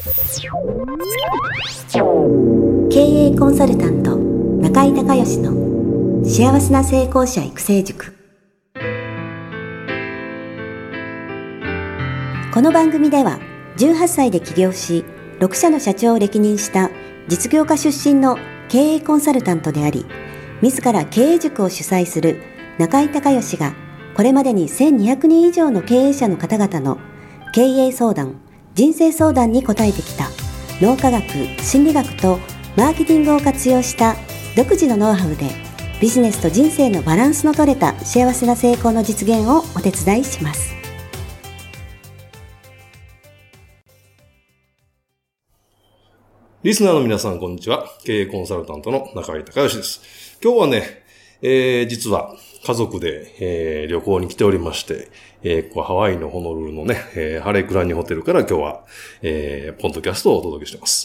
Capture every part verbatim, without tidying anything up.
経営コンサルタント中井孝義の幸せな成功者育成塾。この番組ではじゅうはっさいで起業しろくしゃの社長を歴任した実業家出身の経営コンサルタントであり、自ら経営塾を主催する中井孝義がこれまでにせんにひゃくにん以上の経営者の方々の経営相談、人生相談に応えてきた脳科学、心理学とマーケティングを活用した独自のノウハウでビジネスと人生のバランスの取れた幸せな成功の実現をお手伝いします。 リスナーの皆さん、こんにちは。経営コンサルタントの中井孝義です。今日はね、えー、実は家族で、えー、旅行に来ておりまして、えー、ここハワイのホノルルのね、えー、ハレクラニホテルから今日は、えー、ポッドキャストをお届けしています。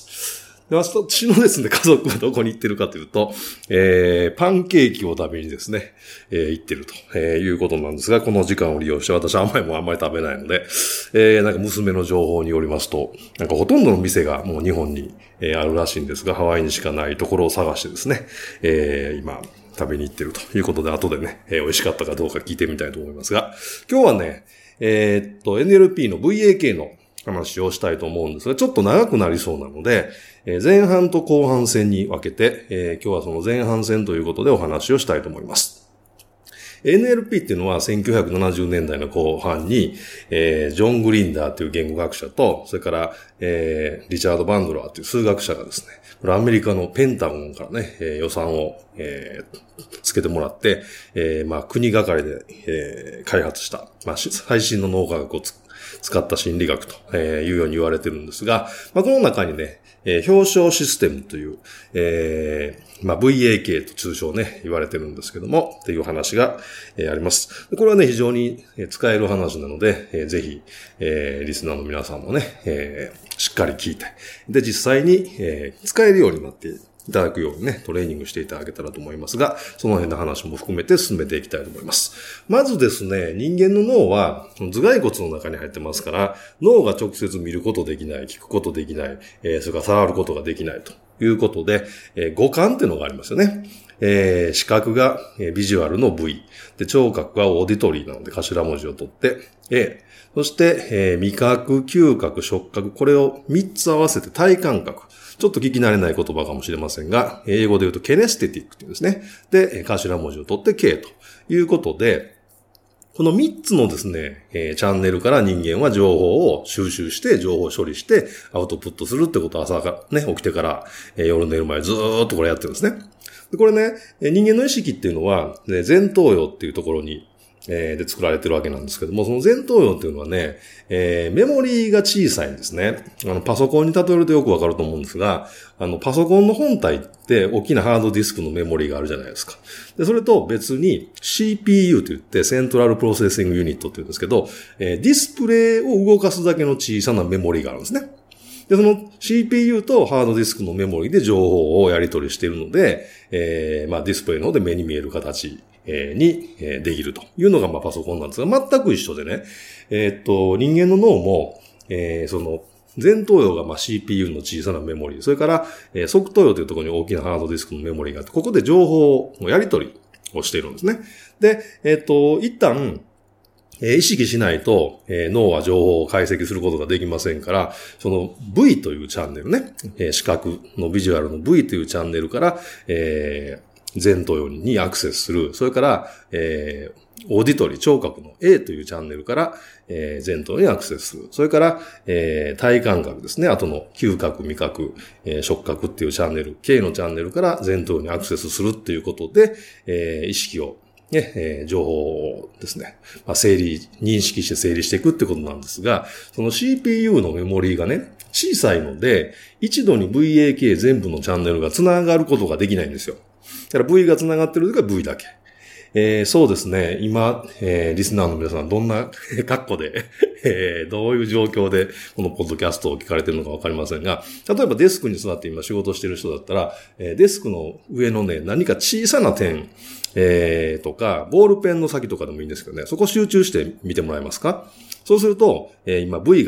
で、私のですね、家族がどこに行ってるかというと、えー、パンケーキを食べにですね、えー、行ってると、えー、いうことなんですが、この時間を利用して、私は甘いもんあんまり食べないので、えー、なんか娘の情報によりますと、なんかほとんどの店がもう日本に、えー、あるらしいんですが、ハワイにしかないところを探してですね、えー、今、食べに行ってるということで、後でね、えー、美味しかったかどうか聞いてみたいと思いますが、今日はね、えー、っと、エヌエルピー の ブイエーケー の話をしたいと思うんですが、ちょっと長くなりそうなので、えー、前半と後半戦に分けて、えー、今日はその前半戦ということでお話をしたいと思います。エヌエルピー っていうのはせんきゅうひゃくななじゅうねんだいの後半に、えー、ジョン・グリンダーという言語学者と、それから、えー、リチャード・バンドラーという数学者がですね、これアメリカのペンタゴンからね、えー、予算を、えー、つけてもらって、えー、まあ国がかりで、えー、開発した、まあ最新の脳科学をつ使った心理学というように言われてるんですが、まあ、この中にね、えー、表彰システムという、えー、まあ ブイエーケー と通称ね、言われてるんですけども、っていう話が、えー、あります。これはね、非常に使える話なので、えー、ぜひ、えー、リスナーの皆さんもね、えー、しっかり聞いて、で、実際に、えー、使えるようになっていただくようにね、トレーニングしていただけたらと思いますが、その辺の話も含めて進めていきたいと思います。まずですね、人間の脳は頭蓋骨の中に入ってますから、脳が直接見ることできない、聞くことできない、えー、それから触ることができないということで、えー、五感っていうのがありますよね。えー、視覚が、えー、ビジュアルの V。で、聴覚がオーディトリーなので頭文字を取って A。そして、えー、味覚、嗅覚、触覚、これをみっつ合わせて体感覚。ちょっと聞き慣れない言葉かもしれませんが、英語で言うとケネステティックっていうんですね。で、頭文字を取って K ということで、このみっつのですね、えー、チャンネルから人間は情報を収集して、情報を処理してアウトプットするってことを朝からね、起きてから、えー、夜寝る前ずーっとこれやってるんですね。でこれね、人間の意識っていうのは、ね、前頭葉っていうところに、えー、で作られてるわけなんですけども、その前頭葉っていうのはね、えー、メモリーが小さいんですね。あの、パソコンに例えるとよくわかると思うんですが、あの、パソコンの本体って大きなハードディスクのメモリーがあるじゃないですか。で、それと別に シーピーユー と言って、セントラルプロセッシングユニットって言うんですけど、えー、ディスプレイを動かすだけの小さなメモリーがあるんですね。で、その シーピーユー とハードディスクのメモリーで情報をやり取りしているので、えー、まあディスプレイの方で目に見える形にできるというのがまあパソコンなんですが、全く一緒でね、えー、っと、人間の脳も、えー、その、前頭葉がまあ シーピーユー の小さなメモリー、それから、えー、側頭葉というところに大きなハードディスクのメモリーがあって、ここで情報のやり取りをしているんですね。で、えー、っと、一旦、えー、意識しないと、えー、脳は情報を解析することができませんから、その V というチャンネルね、えー、視覚のビジュアルの V というチャンネルから、えー、前頭葉にアクセスする。それから、えー、オーディトリー、聴覚の A というチャンネルから、えー、前頭葉にアクセスする。それから、えー、体感覚ですね。あとの嗅覚、味覚、えー、触覚っていうチャンネル、K のチャンネルから前頭葉にアクセスするっていうことで、えー、意識をね、えー、情報をですね、まあ、整理、認識して整理していくってことなんですが、その シーピーユー のメモリーがね、小さいので、一度に ブイエーケー 全部のチャンネルが繋がることができないんですよ。だから V が繋がってるときは V だけ。えー、そうですね、今、えー、リスナーの皆さん、どんな格好で、えー、どういう状況で、このポッドキャストを聞かれてるのかわかりませんが、例えばデスクに座って今仕事してる人だったら、えー、デスクの上のね、何か小さな点、えー、とか、ボールペンの先とかでもいいんですけどね、そこ集中して見てもらえますか？そうすると、えー、今 V が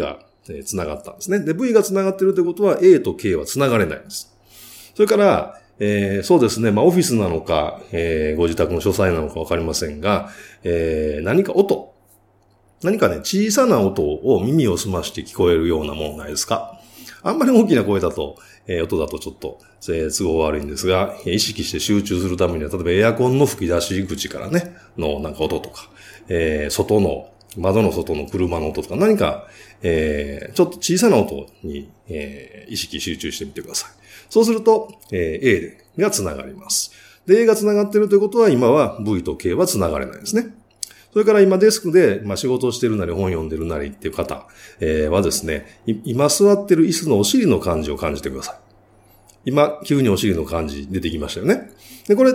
えー、繋がったんですね。で、V が繋がってるということは A と K は繋がれないんです。それから、えー、そうですね、まあ、オフィスなのか、えー、ご自宅の書斎なのかわかりませんが、えー、何か音、何かね、小さな音を耳を澄まして聞こえるようなものないですか？あんまり大きな声だと、えー、音だとちょっと、えー、都合悪いんですが、意識して集中するためには、例えばエアコンの吹き出し口からね、のなんか音とか、えー、外の、窓の外の車の音とか、何か、えー、ちょっと小さな音に、えー、意識集中してみてください。そうすると、えー、A が繋がります。で、A が繋がっているということは、今は V と K は繋がれないですね。それから今デスクで、まあ、仕事をしてるなり本読んでるなりっていう方、えー、はですね、今座ってる椅子のお尻の感じを感じてください。今、急にお尻の感じ出てきましたよね。で、これって、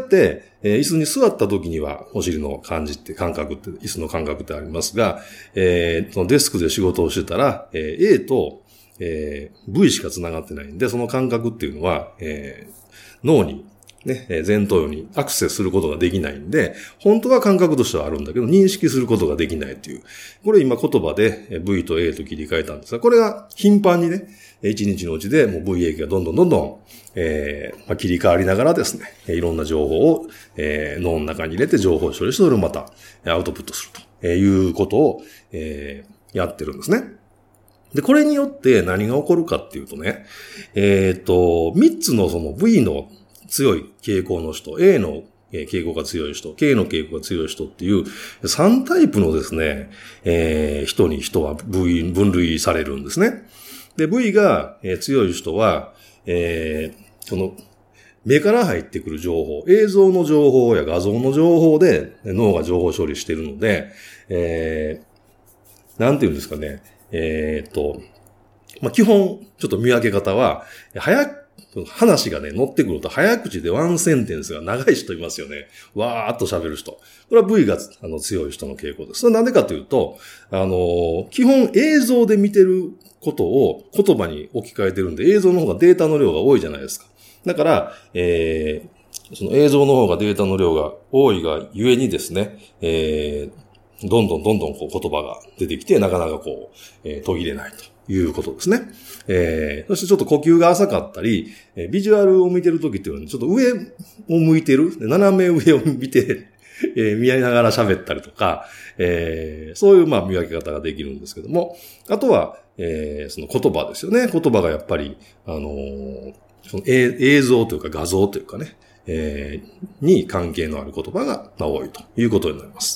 えー、椅子に座った時にはお尻の感じって感覚って、椅子の感覚ってありますが、えー、そのデスクで仕事をしてたら、えー、A と、えー、V しか繋がってないんで、その感覚っていうのは、えー、脳に、ね、前頭葉にアクセスすることができないんで、本当は感覚としてはあるんだけど、認識することができないという。これ今言葉で V と A と切り替えたんですが、これが頻繁にね、一日のうちでもう ブイエー がどんどんどんどん、えーまあ、切り替わりながらですね、いろんな情報を、えー、脳の中に入れて情報処理して、それをまたアウトプットするということを、えー、やってるんですね。で、これによって何が起こるかっていうとね、えっと、三つのその V の強い傾向の人、A の傾向が強い人、K の傾向が強い人っていうさんタイプのですね、えー、人に人は V 分類されるんですね。で、V が強い人は、えー、その目から入ってくる情報、映像の情報や画像の情報で脳が情報処理しているので、えー、なんていうんですかね、えー、っと、まあ、基本、ちょっと見分け方は、早く、話がね、乗ってくると早口でワンセンテンスが長い人いますよね。わーっと喋る人。これは V があの強い人の傾向です。それはなんでかというと、あの、基本映像で見てることを言葉に置き換えてるんで、映像の方がデータの量が多いじゃないですか。だから、えー、その映像の方がデータの量が多いがゆえにですね、えー、どんどんどんどんこう言葉が出てきて、なかなかこう、えー、途切れないということですね。えー、そしてちょっと呼吸が浅かったり、えー、ビジュアルを見てるときっていうのは、ちょっと上を向いてる、斜め上を見て、えー、見合いながら喋ったりとか、えー、そういうまあ見分け方ができるんですけども、あとは、えー、その言葉ですよね。言葉がやっぱり、あのー、その映像というか画像というかね、えー、に関係のある言葉が多いということになります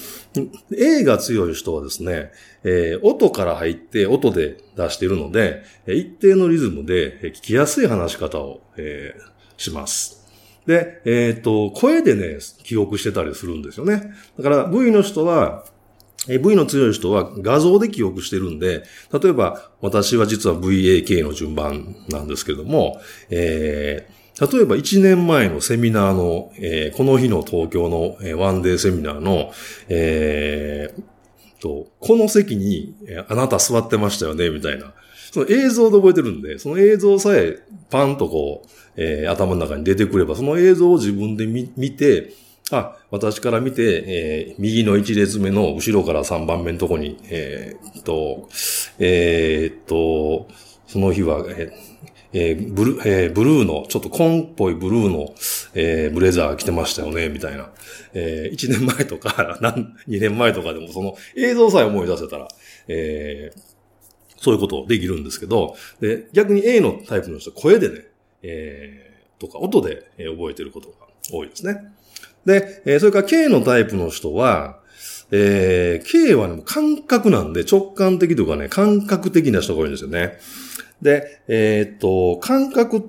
。A が強い人はですね、えー、音から入って音で出しているので、一定のリズムで聞きやすい話し方を、えー、します。で、えっと、声でね、記憶してたりするんですよね。だから V の人は、V の強い人は画像で記憶してるんで、例えば私は実は ブイエーケー の順番なんですけども、えー例えばいちねんまえのセミナーの、えー、この日の東京の、えー、ワンデーセミナーの、えー、と、この席に、えー、あなた座ってましたよね、みたいな。その映像で覚えてるんで、その映像さえパンとこう、えー、頭の中に出てくれば、その映像を自分で 見, 見て、あ、私から見て、えー、右の一列目の後ろからさんばんめのとこに、えー、と、えー、と、その日は、えーえーブルえー、ブルーの、ちょっと紺っぽいブルーの、えー、ブレザー着てましたよね、みたいな。えー、いちねんまえとか、にねんまえとかでもその映像さえ思い出せたら、えー、そういうことできるんですけど、で、逆に A のタイプの人は声でね、えー、とか音で覚えてることが多いですね。で、えー、それから K のタイプの人は、えー、K はね、感覚なんで直感的とかね、感覚的な人が多いんですよね。で、えー、っと、感覚って、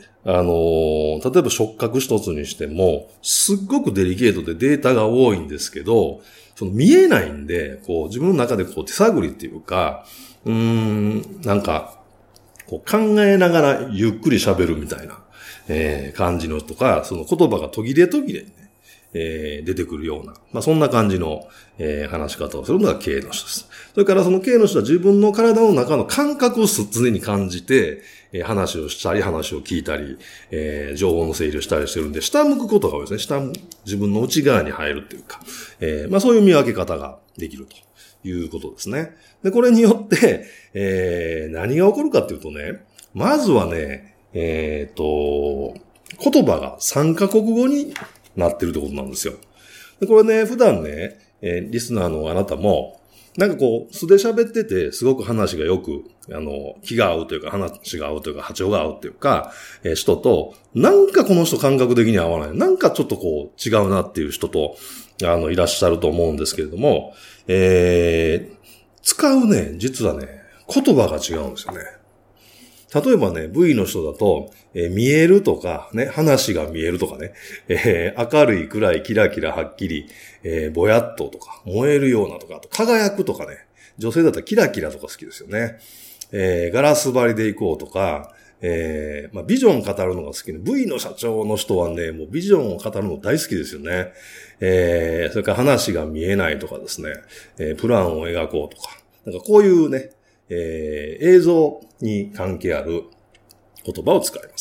あのー、例えば触覚一つにしても、すっごくデリケートでデータが多いんですけど、その見えないんで、こう自分の中でこう手探りっていうか、うーん、なんか、こう考えながらゆっくり喋るみたいな、えー、感じのとか、その言葉が途切れ途切れにね、えー、出てくるような、まあ、そんな感じの、えー、話し方をするのが K の人です。それからその K の人は自分の体の中の感覚を常に感じて、えー、話をしたり、話を聞いたり、えー、情報の整理をしたりしてるんで、下向くことが多いですね。下、自分の内側に入るっていうか、えー、まあそういう見分け方ができるいうことですね。で、これによって、えー、何が起こるかっていうとね、まずはね、えっと、言葉がさんカ国語になってるってことなんですよ。でこれね、普段ね、えー、リスナーのあなたも、なんかこう、素で喋ってて、すごく話がよく、あの、気が合うというか、話が合うというか、波長が合うというか、えー、人と、なんかこの人感覚的に合わない。なんかちょっとこう、違うなっていう人と、あの、いらっしゃると思うんですけれども、えー、使うね、実はね、言葉が違うんですよね。例えばね、ブイ の人だと、えー、見えるとか、ね、話が見えるとかね、えー、明るい、暗い、キラキラ、はっきり、えー、ぼやっととか、燃えるようなとか、あと輝くとかね、女性だったらキラキラとか好きですよね。えー、ガラス張りで行こうとか、えー、まあ、ビジョン語るのが好きで、ブイ の社長の人はね、もうビジョンを語るの大好きですよね。えー、それから話が見えないとかですね、えー、プランを描こうとか、なんかこういうね、えー、映像に関係ある言葉を使います。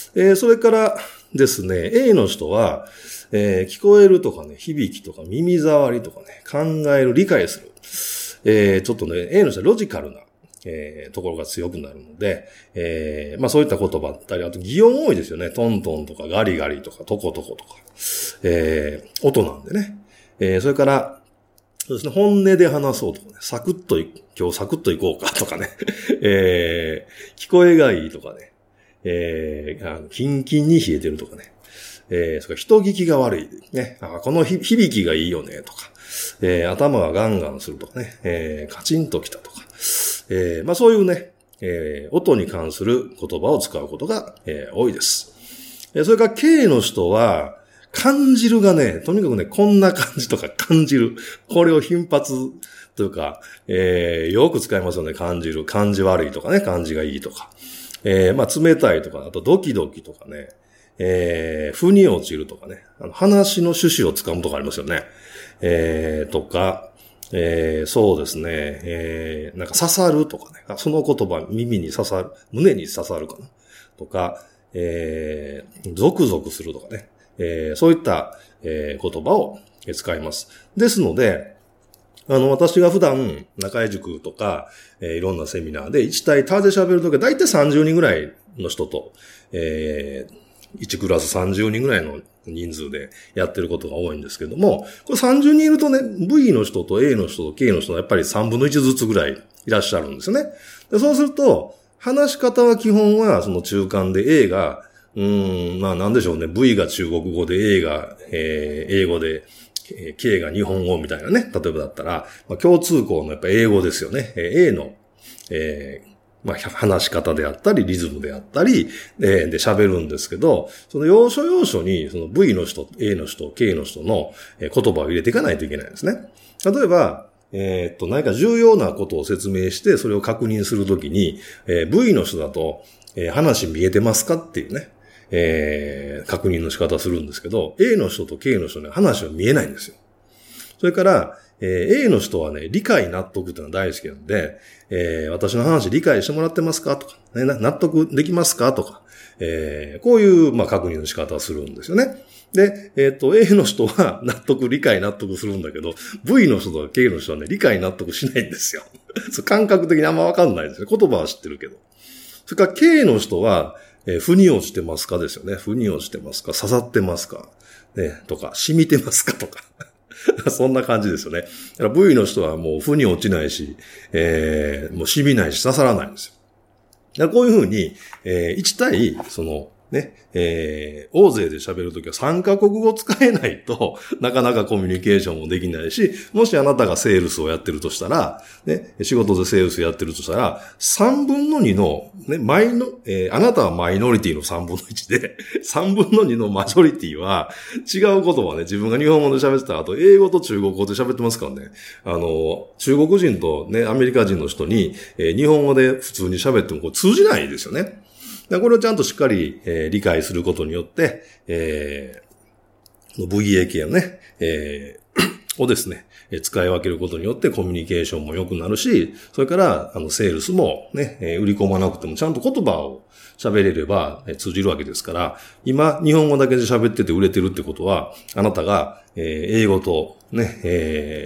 えー、それからですね、A の人は、えー、聞こえるとかね、響きとか耳障りとかね、考える、理解する。えー、ちょっとね、A の人はロジカルな、えー、ところが強くなるので、えー、まあそういった言葉だったり、あと擬音多いですよね。トントンとかガリガリとかトコトコとか、えー、音なんでね。えー、それから、そうですね、本音で話そうとかね、サクッとい、今日サクッといこうかとかね、えー、聞こえがいいとかね、えー、あのキンキンに冷えてるとかね、えー、それから人聞きが悪い、ね、あ、このひ響きがいいよねとか、えー、頭がガンガンするとかね、えー、カチンときたとか、えー、まあそういうね、えー、音に関する言葉を使うことが、えー、多いです。えー、それから K の人は、感じるがね、とにかくね、こんな感じとか感じる。これを頻発というか、えー、よく使いますよね、感じる。感じ悪いとかね、感じがいいとか。えー、まあ冷たいとか、あとドキドキとかね、えー、腑に落ちるとかね、あの話の趣旨をつかむとかありますよね。えー、とか、えー、そうですね、えー、なんか刺さるとかね、その言葉耳に刺さる、胸に刺さるかなとか、えー、ゾクゾクするとかね。えー、そういった、えー、言葉を使います。ですので、あの、私が普段、中井塾とか、えー、いろんなセミナーで、いち対多で喋るときは、だいたいさんじゅうにんぐらいの人と、えー、いちクラスさんじゅうにんぐらいの人数でやってることが多いんですけども、これさんじゅうにんいるとね、ブイ の人と エー の人と ケー の人がやっぱりさんぶんのいちずつぐらいいらっしゃるんですよね。でそうすると、話し方は基本はその中間で A が、うーん、まあなんでしょうね。V が中国語で A が、えー、英語で、K が日本語みたいなね。例えばだったら、まあ、共通項のやっぱ英語ですよね。A の、えー、まあ話し方であったり、リズムであったり、で、で喋るんですけど、その要所要所に、その V の人、A の人、K の人の言葉を入れていかないといけないんですね。例えば、えー、っと、何か重要なことを説明して、それを確認するときに、えー、V の人だと、えー、話見えてますかっていうね。えー、確認の仕方するんですけど、A の人と K の人には話は見えないんですよ。それから、えー、A の人はね、理解納得っていうのは大好きなんで、えー、私の話理解してもらってますかとか、ね、納得できますかとか、えー、こういう、まあ、確認の仕方をするんですよね。で、えっと、A の人は納得、理解納得するんだけど、V の人とか K の人はね、理解納得しないんですよ。感覚的にあんまわかんないですね。言葉は知ってるけど。それから K の人は、えー、腑に落ちてますかですよね。腑に落ちてますか、刺さってますか、ね、とか、染みてますかとか。そんな感じですよね。だから V の人はもう腑に落ちないし、えー、もう染みないし刺さらないんですよ。だからこういうふうに、えー、いち対、その、ね、えー、大勢で喋るときはさんカ国語使えないとなかなかコミュニケーションもできないし、もしあなたがセールスをやってるとしたら、ね、仕事でセールスやってるとしたら、さんぶんのにの、ね、マイノ、えー、あなたはマイノリティのさんぶんのいちで、さんぶんのにのマジョリティは違う言葉ね、自分が日本語で喋ってた後、英語と中国語で喋ってますからね。あの、中国人とね、アメリカ人の人に、えー、日本語で普通に喋ってもこれ通じないですよね。これをちゃんとしっかり、えー、理解することによって、えー、ブイエーケー をね、えー、をですね、使い分けることによってコミュニケーションも良くなるし、それから、あの、セールスもね、えー、売り込まなくてもちゃんと言葉を喋れれば、えー、通じるわけですから、今、日本語だけで喋ってて売れてるってことは、あなたが、えー、英語とね、えー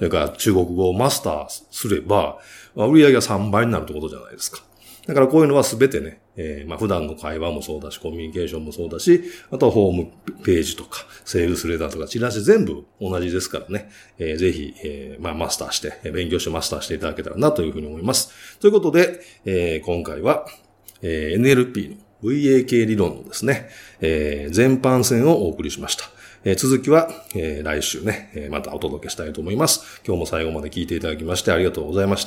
それから中国語をマスターすれば、売り上げがさんばいになるってことじゃないですか。だからこういうのはすべてね、えー、まあ普段の会話もそうだし、コミュニケーションもそうだし、あとはホームページとか、セールスレターとか、チラシ全部同じですからね、えー、ぜひ、えー、まあマスターして、勉強してマスターしていただけたらなというふうに思います。ということで、えー、今回は、えー、エヌエルピー の ブイエーケー 理論のですね、えー、全般戦をお送りしました。えー、続きは、えー、来週ね、えー、またお届けしたいと思います。今日も最後まで聞いていただきましてありがとうございました。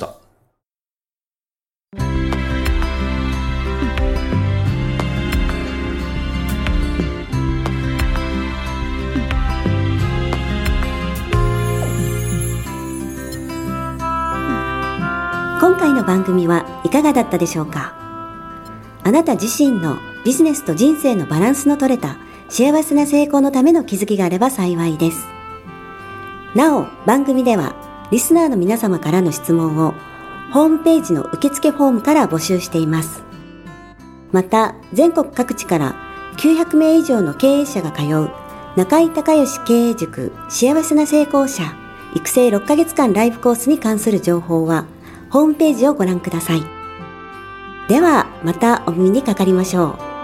今回の番組はいかがだったでしょうか。あなた自身のビジネスと人生のバランスの取れた幸せな成功のための気づきがあれば幸いです。なお、番組ではリスナーの皆様からの質問をホームページの受付フォームから募集しています。また、全国各地からきゅうひゃくめい以上の経営者が通う中井隆義経営塾幸せな成功者育成ろっかげつかんライブコースに関する情報はホームページをご覧ください。ではまたお耳にかかりましょう。